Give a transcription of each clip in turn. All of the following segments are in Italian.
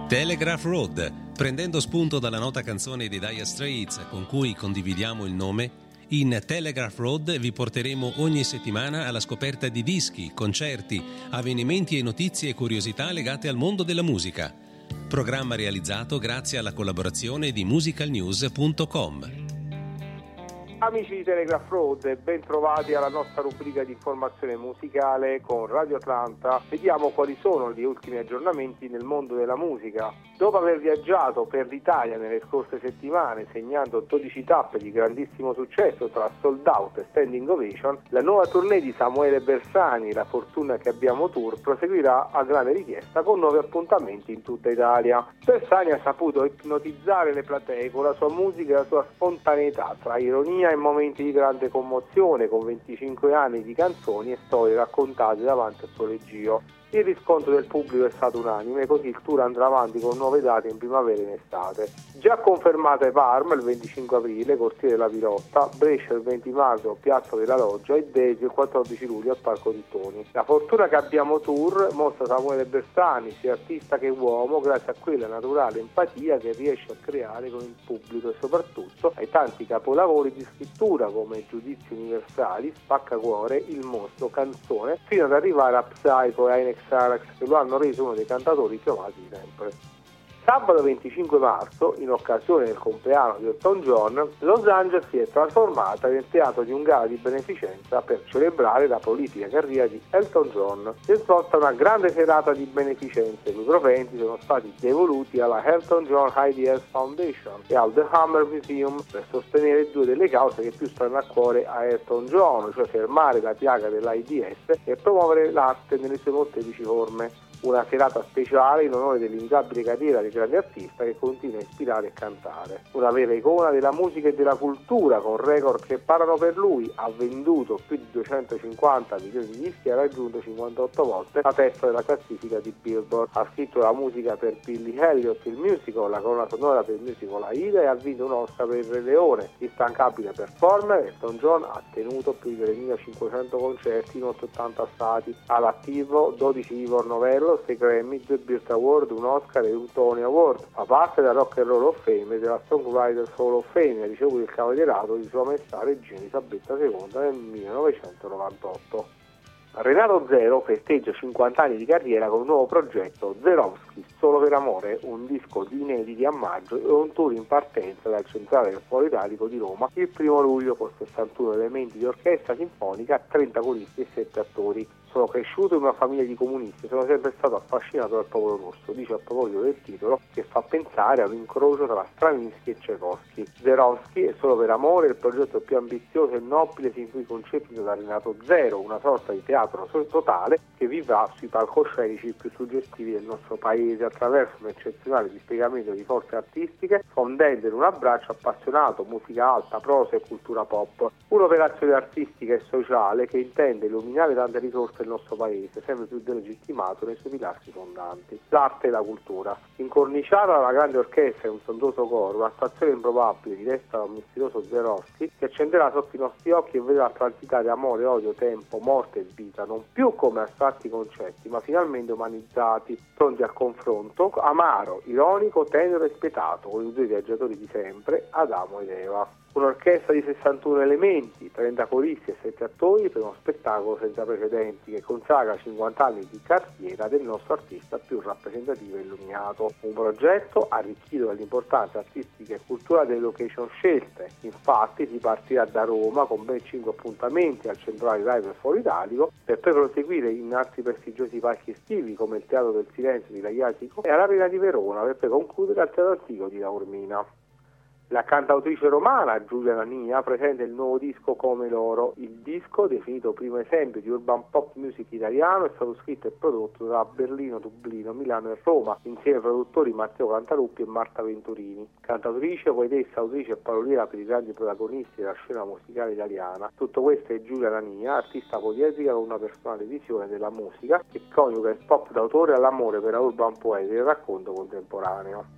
Telegraph Road, prendendo spunto dalla nota canzone dei Dire Straits con cui condividiamo il nome, in Telegraph Road vi porteremo ogni settimana alla scoperta di dischi, concerti, avvenimenti e notizie e curiosità legate al mondo della musica. Programma realizzato grazie alla collaborazione di musicalnews.com. Amici di Telegraph Road, e ben trovati alla nostra rubrica di informazione musicale con Radio Atlanta. Vediamo quali sono gli ultimi aggiornamenti nel mondo della musica. Dopo aver viaggiato per l'Italia nelle scorse settimane, segnando 12 tappe di grandissimo successo tra sold out e standing ovation, la nuova tournée di Samuele Bersani, La fortuna che abbiamo tour, proseguirà a grande richiesta con nuovi appuntamenti in tutta Italia. Bersani ha saputo ipnotizzare le platee con la sua musica e la sua spontaneità, tra ironia e momenti di grande commozione, con 25 anni di canzoni e storie raccontate davanti al suo leggio. Il riscontro del pubblico è stato unanime, così il tour andrà avanti con nuove date in primavera e in estate. Già confermate Parma il 25 aprile, Cortile della Pirotta, Brescia il 20 maggio, Piazza della Loggia e Desio il 14 luglio al Parco Tittoni. La fortuna che abbiamo tour mostra Samuele Bersani, sia artista che uomo, grazie a quella naturale empatia che riesce a creare con il pubblico e soprattutto ai tanti capolavori di scrittura come Giudizi Universali, Spaccacuore, Il Mostro, Canzone, fino ad arrivare a Psycho e Inex Sarax, che lo hanno reso uno dei cantatori più amati sempre. Sabato 25 marzo, in occasione del compleanno di Elton John, Los Angeles si è trasformata nel teatro di un gala di beneficenza per celebrare la prolifica carriera di Elton John. Si è svolta una grande serata di beneficenza, i cui proventi sono stati devoluti alla Elton John AIDS Foundation e al The Hammer Museum per sostenere due delle cause che più stanno a cuore a Elton John, cioè fermare la piaga dell'AIDS e promuovere l'arte nelle sue molteplici forme. Una serata speciale in onore dell'inimitabile carriera del grande artista che continua a ispirare e cantare. Una vera icona della musica e della cultura, con record che parlano per lui. Ha venduto più di 250 milioni di dischi e ha raggiunto 58 volte la testa della classifica di Billboard. Ha scritto la musica per Billy Elliot, il musical, la colonna sonora per il musical Aida e ha vinto un Oscar per il Re Leone. Instancabile performer, Elton John ha tenuto più di 3.500 concerti in 80 stati. All'attivo 12 Ivor Novello, 6 Grammy, 2 Brit Award, un Oscar e un Tony Award. Fa parte della Rock and Roll of Fame e della Songwriters Hall of Fame e ha ricevuto il cavalierato di Sua Maestà Regina Elisabetta II nel 1998. Renato Zero festeggia 50 anni di carriera con un nuovo progetto, Zerovski, Solo per Amore, un disco di inediti a maggio e un tour in partenza dal centrale del Foro Italico di Roma il 1 luglio con 61 elementi di orchestra sinfonica, 30 coristi e 7 attori. Sono cresciuto in una famiglia di comunisti e sono sempre stato affascinato dal popolo russo, dice a proposito del titolo, che fa pensare a un incrocio tra Stravinsky e Tchaikovsky. Zerovski è Solo per Amore, il progetto più ambizioso e nobile sin qui concepito da Renato Zero, una sorta di teatro totale che vivrà sui palcoscenici più suggestivi del nostro paese attraverso un eccezionale dispiegamento di forze artistiche, fondendo in un abbraccio appassionato musica alta, prosa e cultura pop. Un'operazione artistica e sociale che intende illuminare tante risorse del nostro paese, sempre più delegittimato nei suoi pilastri fondanti, l'arte e la cultura. Incorniciata da una grande orchestra e un sontuoso coro, una stazione improbabile diretta da un misterioso Zerowski che accenderà sotto i nostri occhi e vedrà transitare amore, odio, tempo, morte e vita, non più come astratti concetti, ma finalmente umanizzati, pronti al confronto, amaro, ironico, tenero e spietato, con i due viaggiatori di sempre, Adamo ed Eva. Un'orchestra di 61 elementi, 30 coristi e 7 attori per uno spettacolo senza precedenti che consagra 50 anni di carriera del nostro artista più rappresentativo e illuminato. Un progetto arricchito dall'importanza artistica e culturale delle location scelte. Infatti si partirà da Roma con ben 5 appuntamenti al Centrale Live del Foro Italico per poi proseguire in altri prestigiosi palchi estivi come il Teatro del Silenzio di Laiatico e all'Arena di Verona per poi concludere al Teatro Antico di Taormina. La cantautrice romana Giulia Nania presenta il nuovo disco Come Loro. Il disco, definito primo esempio di urban pop music italiano, è stato scritto e prodotto da Berlino, Dublino, Milano e Roma, insieme ai produttori Matteo Cantaluppi e Marta Venturini. Cantautrice, poetessa, autrice e paroliera per i grandi protagonisti della scena musicale italiana. Tutto questo è Giulia Nania, artista polietica con una personale visione della musica che coniuga il pop d'autore all'amore per la urban poetica e il racconto contemporaneo.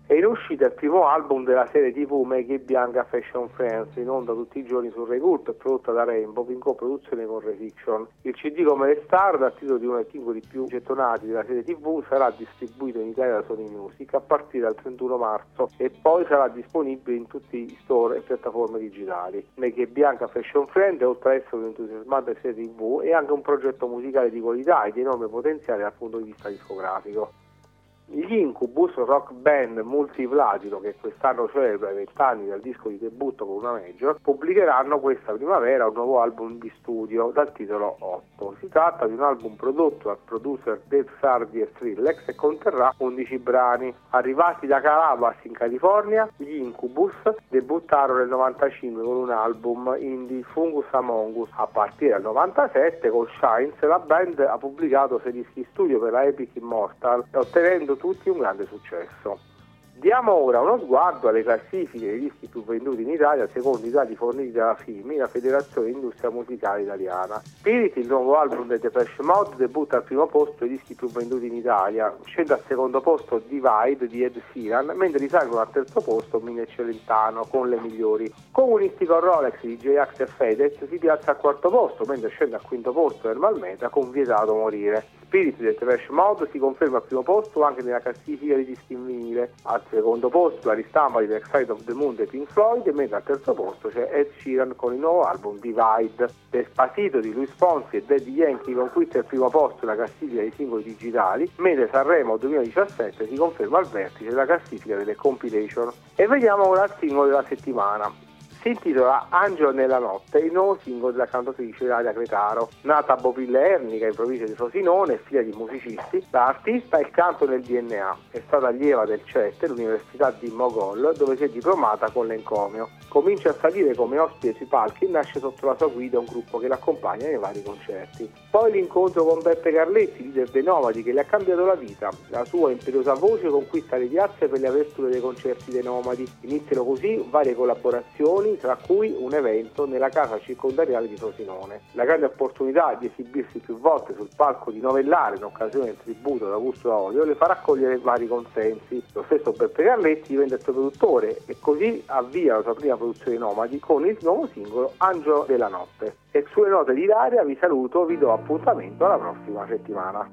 È in uscita il primo album della serie TV Maggie Bianca Fashion Friends, in onda tutti i giorni su Rai Cult, prodotta da Rainbow in coproduzione con Rai Fiction. Il CD come le star, dal titolo di uno dei singoli più gettonati della serie TV, sarà distribuito in Italia da Sony Music a partire dal 31 marzo e poi sarà disponibile in tutti i store e piattaforme digitali. Maggie Bianca Fashion Friends, oltre ad essere un'entusiasmante serie TV, è anche un progetto musicale di qualità e di enorme potenziale dal punto di vista discografico. Gli Incubus, rock band multiplatino che quest'anno celebra i 20 anni dal disco di debutto con una major, pubblicheranno questa primavera un nuovo album di studio dal titolo 8. Si tratta di un album prodotto dal producer Dave Sardi e Skrillex e conterrà 11 brani. Arrivati da Calabas in California, gli Incubus debuttarono nel 95 con un album indie, Fungus Among Us. A partire dal 97 con Shines la band ha pubblicato 6 dischi studio per la Epic Immortal, ottenendo tutti un grande successo. Diamo ora uno sguardo alle classifiche dei dischi più venduti in Italia secondo i dati forniti dalla FIMI, la Federazione Industria Musicale Italiana. Spirit, il nuovo album dei Depeche Mode, debutta al primo posto dei dischi più venduti in Italia, scende al secondo posto Divide di Ed Sheeran, mentre risalgono al terzo posto Mine e Celentano con Le Migliori. Comunistico Rolex di J-Ax e Fedez si piazza al quarto posto, mentre scende al quinto posto Ermal Meta con Vietato Morire. Spirit del Depeche Mode si conferma al primo posto anche nella classifica di dischi in vinile. Al secondo posto la ristampa di The Side of the Moon dei Pink Floyd, mentre al terzo posto c'è Ed Sheeran con il nuovo album Divide. Despacito di Luis Fonsi e Daddy Yankee conquista il primo posto nella classifica dei singoli digitali, mentre Sanremo 2017 si conferma al vertice della classifica delle compilation. E vediamo ora il singolo della settimana. Si intitola Angelo nella notte, il nuovo singolo della cantautrice Ilaria Cretaro. Nata a Boville Ernica, in provincia di Frosinone, figlia di musicisti, l'artista ha il canto nel DNA. È stata allieva del CET, l'Università di Mogol, dove si è diplomata con l'encomio. Comincia a salire come ospite sui palchi e nasce sotto la sua guida un gruppo che l'accompagna nei vari concerti. Poi l'incontro con Beppe Carletti, leader dei Nomadi, che le ha cambiato la vita. La sua imperiosa voce conquista le piazze per le aperture dei concerti dei Nomadi. Iniziano così varie collaborazioni, tra cui un evento nella casa circondariale di Frosinone. La grande opportunità di esibirsi più volte sul palco di Novellare in occasione del tributo ad Augusto Olio le fa raccogliere vari consensi. Lo stesso Beppe Carletti diventa il suo produttore e così avvia la sua prima produzione Nomadi con il nuovo singolo Angelo della notte. E sulle note di Ilaria vi saluto, vi do appuntamento alla prossima settimana.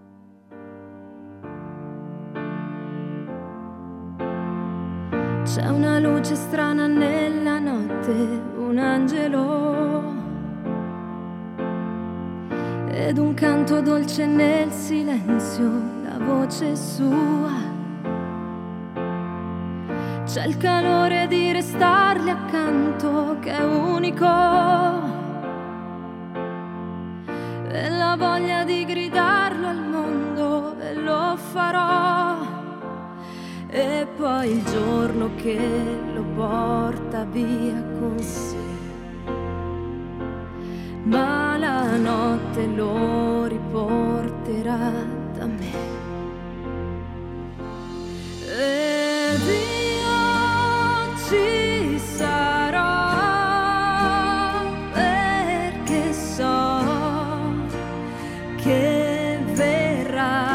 C'è una luce strana nella notte, un angelo, ed un canto dolce nel silenzio, la voce sua. C'è il calore di restargli accanto che è unico, e la voglia di gridarlo al mondo, e lo farò. E poi il giorno che lo porta via con sé, ma la notte lo riporterà da me. Ed io ci sarò, perché so che verrà.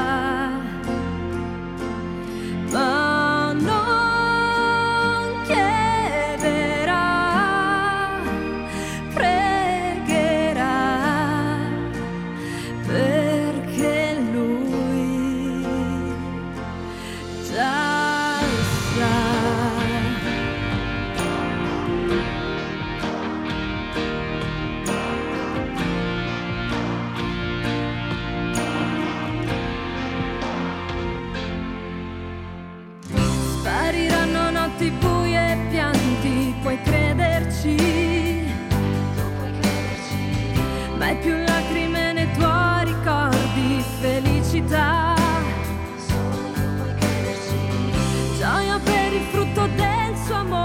Mai più lacrime nei tuoi ricordi, felicità, gioia per il frutto del suo amore.